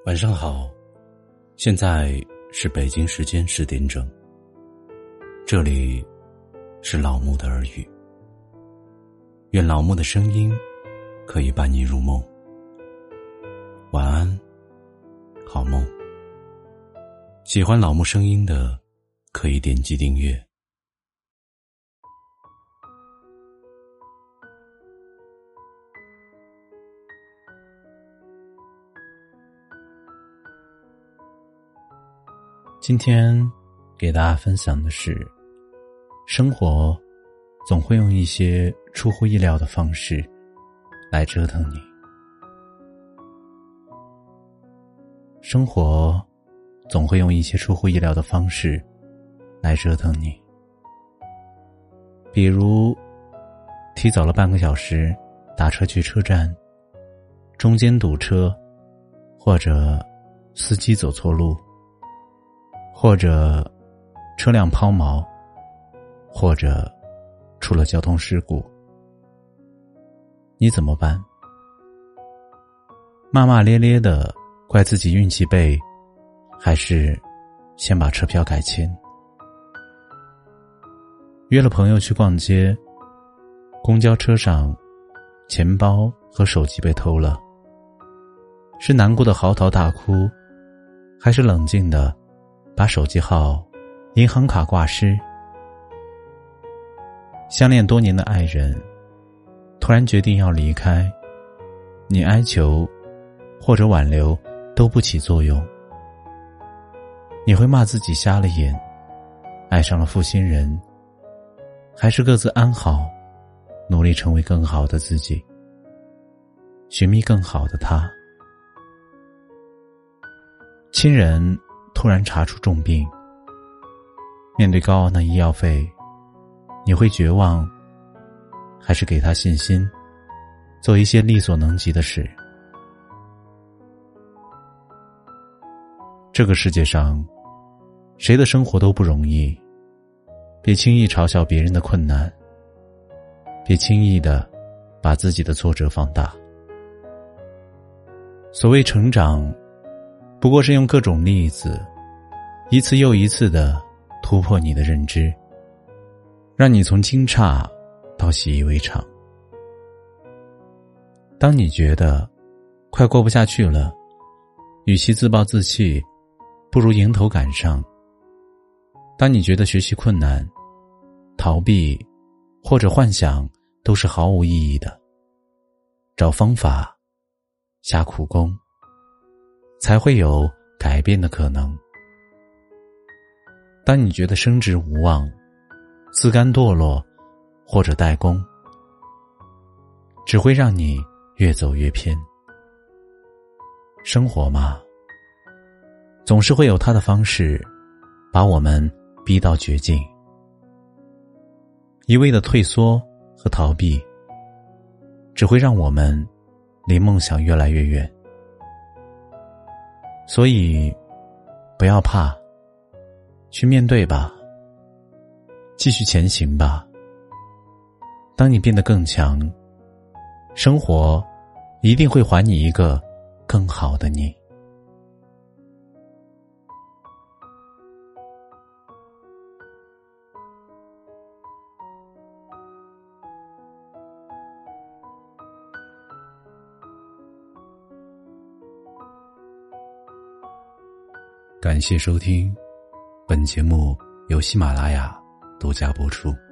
晚上好，现在是北京时间10点整，这里是老木的耳语，愿老木的声音可以伴你入梦，晚安，好梦。喜欢老木声音的可以点击订阅。今天给大家分享的是，生活总会用一些出乎意料的方式来折腾你。生活总会用一些出乎意料的方式来折腾你。比如，提早了半个小时打车去车站，中间堵车，或者司机走错路，或者车辆抛锚，或者出了交通事故，你怎么办？骂骂咧咧的怪自己运气背，还是先把车票改签？约了朋友去逛街，公交车上钱包和手机被偷了，是难过的嚎啕大哭，还是冷静的把手机号、银行卡挂失？相恋多年的爱人突然决定要离开，你哀求或者挽留都不起作用。你会骂自己瞎了眼，爱上了负心人，还是各自安好，努力成为更好的自己，寻觅更好的他？亲人突然查出重病，面对高昂的医药费，你会绝望，还是给他信心，做一些力所能及的事？这个世界上，谁的生活都不容易，别轻易嘲笑别人的困难，别轻易的把自己的挫折放大。所谓成长，不过是用各种例子一次又一次的突破你的认知，让你从惊诧到习以为常。当你觉得快过不下去了，与其自暴自弃，不如迎头赶上。当你觉得学习困难，逃避或者幻想都是毫无意义的，找方法，下苦功，才会有改变的可能。当你觉得升职无望，自甘堕落或者怠工，只会让你越走越偏。生活嘛，总是会有它的方式把我们逼到绝境。一味的退缩和逃避，只会让我们离梦想越来越远。所以不要怕，去面对吧，继续前行吧。当你变得更强，生活一定会还你一个更好的你。感谢收听，本节目由喜马拉雅独家播出。